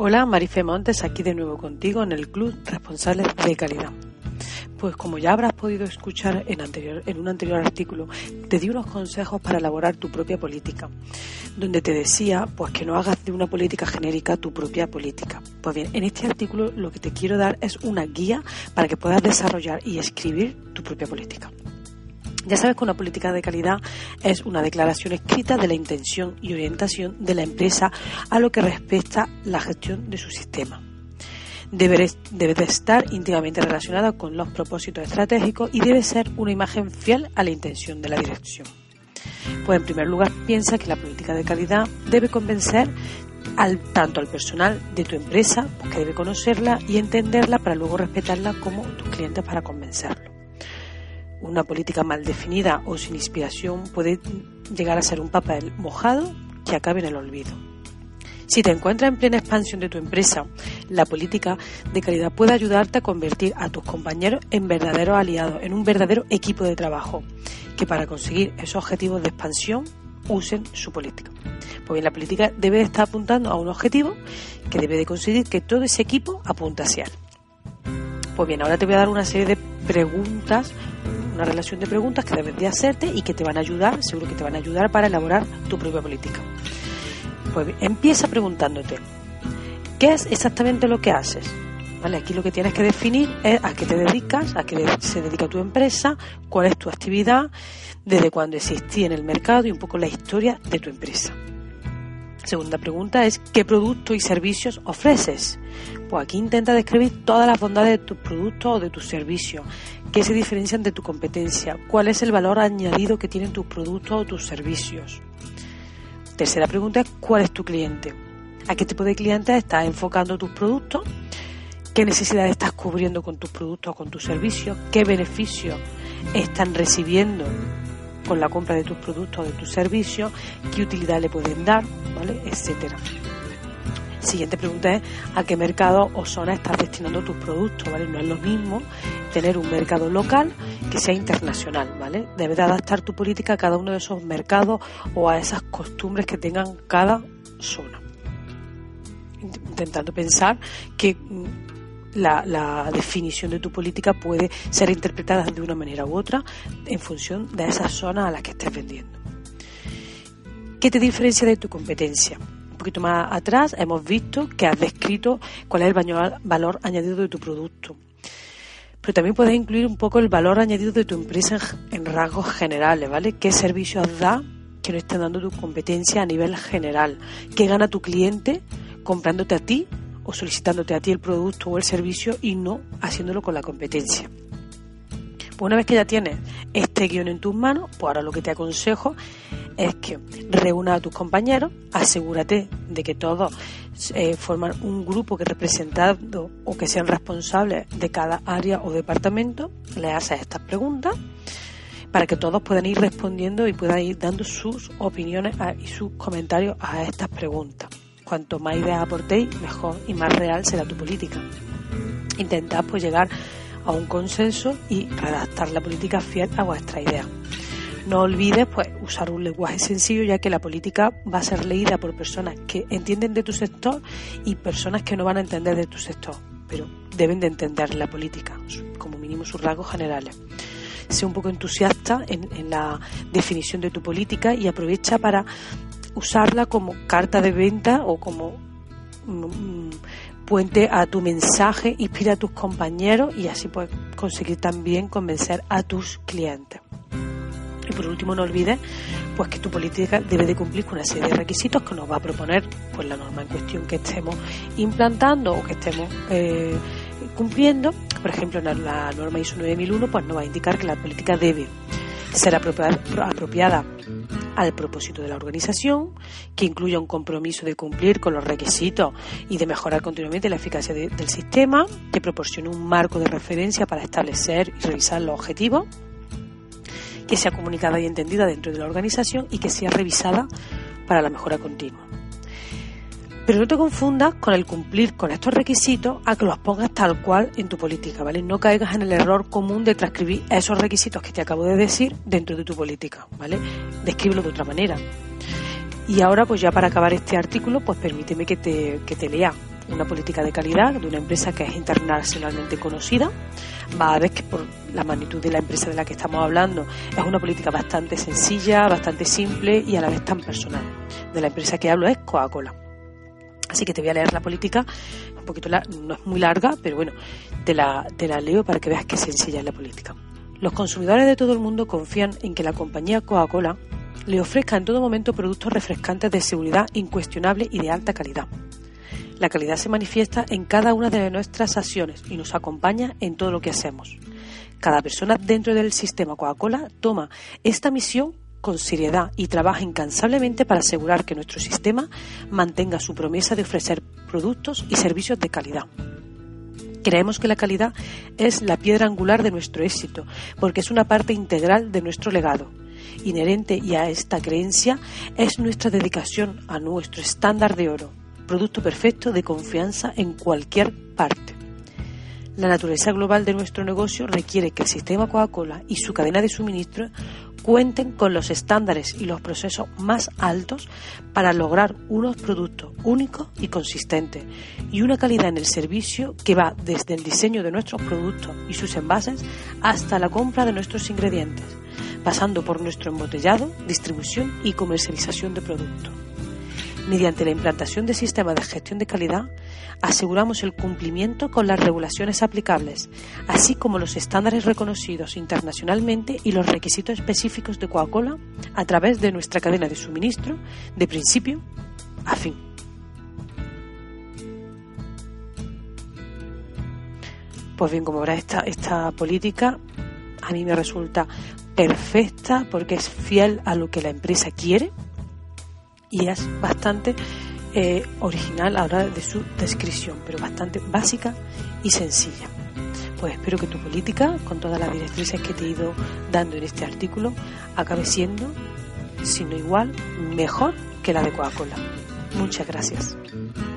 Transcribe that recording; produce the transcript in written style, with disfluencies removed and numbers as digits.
Hola, Marife Montes, aquí de nuevo contigo en el Club Responsables de Calidad. Pues como ya habrás podido escuchar en un anterior artículo, te di unos consejos para elaborar tu propia política, donde te decía pues que no hagas de una política genérica tu propia política. Pues bien, en este artículo lo que te quiero dar es una guía para que puedas desarrollar y escribir tu propia política. Ya sabes que una política de calidad es una declaración escrita de la intención y orientación de la empresa a lo que respecta la gestión de su sistema. Debe de estar íntimamente relacionada con los propósitos estratégicos y debe ser una imagen fiel a la intención de la dirección. Pues en primer lugar, piensa que la política de calidad debe convencer tanto al personal de tu empresa, porque debe conocerla y entenderla para luego respetarla, como tus clientes para convencerlos. Una política mal definida o sin inspiración puede llegar a ser un papel mojado que acabe en el olvido. Si te encuentras en plena expansión de tu empresa, la política de calidad puede ayudarte a convertir a tus compañeros en verdaderos aliados, en un verdadero equipo de trabajo, que para conseguir esos objetivos de expansión usen su política. Pues bien, la política debe estar apuntando a un objetivo que debe de conseguir que todo ese equipo apunte hacia él. Pues bien, ahora te voy a dar una serie de preguntas, una relación de preguntas que debes de hacerte y que te van a ayudar, seguro que te van a ayudar para elaborar tu propia política. Pues bien, empieza preguntándote, ¿qué es exactamente lo que haces? ¿Vale? Aquí lo que tienes que definir es a qué te dedicas, a qué se dedica tu empresa, cuál es tu actividad, desde cuándo existía en el mercado y un poco la historia de tu empresa. Segunda pregunta es, ¿qué productos y servicios ofreces? Pues aquí intenta describir todas las bondades de tus productos o de tus servicios, qué se diferencian de tu competencia, cuál es el valor añadido que tienen tus productos o tus servicios. Tercera pregunta es, ¿cuál es tu cliente? ¿A qué tipo de clientes estás enfocando tus productos? ¿Qué necesidades estás cubriendo con tus productos o con tus servicios? ¿Qué beneficios están recibiendo con la compra de tus productos o de tus servicios? ¿Qué utilidad le pueden dar? ¿Vale? Etcétera. Siguiente pregunta es, ¿a qué mercado o zona estás destinando tus productos? ¿Vale? No es lo mismo tener un mercado local que sea internacional, ¿vale? Debes de adaptar tu política a cada uno de esos mercados o a esas costumbres que tengan cada zona. Intentando pensar que la definición de tu política puede ser interpretada de una manera u otra en función de esas zonas a las que estés vendiendo. ¿Qué te diferencia de tu competencia? Un poquito más atrás hemos visto que has descrito cuál es el valor añadido de tu producto. Pero también puedes incluir un poco el valor añadido de tu empresa en rasgos generales, ¿vale? ¿Qué servicios da que no estén dando tu competencia a nivel general? ¿Qué gana tu cliente comprándote a ti o solicitándote a ti el producto o el servicio y no haciéndolo con la competencia? Pues una vez que ya tienes este guión en tus manos, pues ahora lo que te aconsejo es que reúnas a tus compañeros, asegúrate de que todos forman un grupo que representando o que sean responsables de cada área o departamento, le haces estas preguntas para que todos puedan ir respondiendo y puedan ir dando sus opiniones y sus comentarios a estas preguntas. Cuanto más ideas aportéis, mejor y más real será tu política. Intentad pues llegar a un consenso y redactar la política fiel a vuestra idea. No olvides pues usar un lenguaje sencillo, ya que la política va a ser leída por personas que entienden de tu sector y personas que no van a entender de tu sector, pero deben de entender la política, como mínimo sus rasgos generales. Sé un poco entusiasta en la definición de tu política y aprovecha para usarla como carta de venta o como puente a tu mensaje, inspira a tus compañeros y así puedes conseguir también convencer a tus clientes. Y por último, no olvides pues que tu política debe de cumplir con una serie de requisitos que nos va a proponer pues la norma en cuestión que estemos implantando o que estemos cumpliendo. Por ejemplo, la norma ISO 9001 pues nos va a indicar que la política debe ser apropiada al propósito de la organización, que incluya un compromiso de cumplir con los requisitos y de mejorar continuamente la eficacia del sistema, que proporcione un marco de referencia para establecer y revisar los objetivos, que sea comunicada y entendida dentro de la organización y que sea revisada para la mejora continua. Pero no te confundas con el cumplir con estos requisitos a que los pongas tal cual en tu política, ¿vale? No caigas en el error común de transcribir esos requisitos que te acabo de decir dentro de tu política, ¿vale? Descríbelo de otra manera. Y ahora, pues ya para acabar este artículo, pues permíteme que te lea una política de calidad de una empresa que es internacionalmente conocida. Va a ver que por la magnitud de la empresa de la que estamos hablando es una política bastante sencilla, bastante simple y a la vez tan personal. De la empresa que hablo es Coca-Cola. Así que te voy a leer la política, un poquito no es muy larga, pero bueno, te la leo para que veas qué sencilla es la política. Los consumidores de todo el mundo confían en que la compañía Coca-Cola le ofrezca en todo momento productos refrescantes de seguridad incuestionable y de alta calidad. La calidad se manifiesta en cada una de nuestras acciones y nos acompaña en todo lo que hacemos. Cada persona dentro del sistema Coca-Cola toma esta misión con seriedad y trabaja incansablemente para asegurar que nuestro sistema mantenga su promesa de ofrecer productos y servicios de calidad. Creemos que la calidad es la piedra angular de nuestro éxito, porque es una parte integral de nuestro legado. Inherente y a esta creencia es nuestra dedicación a nuestro estándar de oro, producto perfecto de confianza en cualquier parte. La naturaleza global de nuestro negocio requiere que el sistema Coca-Cola y su cadena de suministro cuenten con los estándares y los procesos más altos para lograr unos productos únicos y consistentes y una calidad en el servicio que va desde el diseño de nuestros productos y sus envases hasta la compra de nuestros ingredientes, pasando por nuestro embotellado, distribución y comercialización de productos. Mediante la implantación de sistemas de gestión de calidad, aseguramos el cumplimiento con las regulaciones aplicables, así como los estándares reconocidos internacionalmente y los requisitos específicos de Coca-Cola a través de nuestra cadena de suministro, de principio a fin. Pues bien, como verás, esta política a mí me resulta perfecta porque es fiel a lo que la empresa quiere y es bastante original a la hora de su descripción, pero bastante básica y sencilla. Pues espero que tu política, con todas las directrices que te he ido dando en este artículo, acabe siendo, si no igual, mejor que la de Coca-Cola. Muchas gracias.